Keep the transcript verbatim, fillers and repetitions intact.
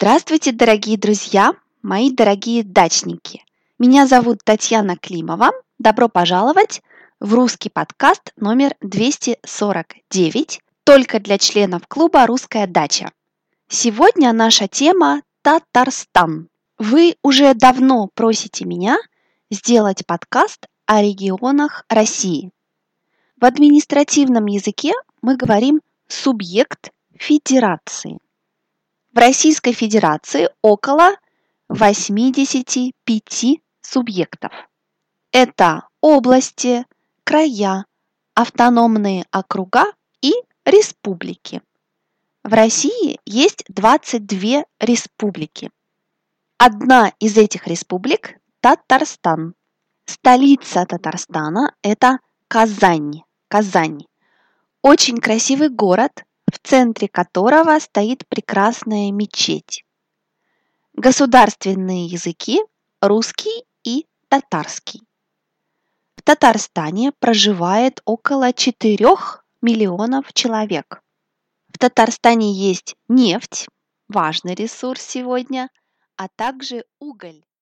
Здравствуйте, дорогие друзья, мои дорогие дачники! Меня зовут Татьяна Климова. Добро пожаловать в русский подкаст номер двести сорок девять только для членов клуба «Русская дача». Сегодня наша тема Татарстан. Вы уже давно просите меня сделать подкаст о регионах России. В административном языке мы говорим «субъект федерации». В Российской Федерации около восемьдесят пять субъектов. Это области, края, автономные округа и республики. В России есть двадцать две республики. Одна из этих республик – Татарстан. Столица Татарстана – это Казань. Казань. Очень красивый город, в центре которого стоит прекрасная мечеть. Государственные языки – русский и татарский. В Татарстане проживает около четырёх миллионов человек. В Татарстане есть нефть, важный ресурс сегодня, а также уголь.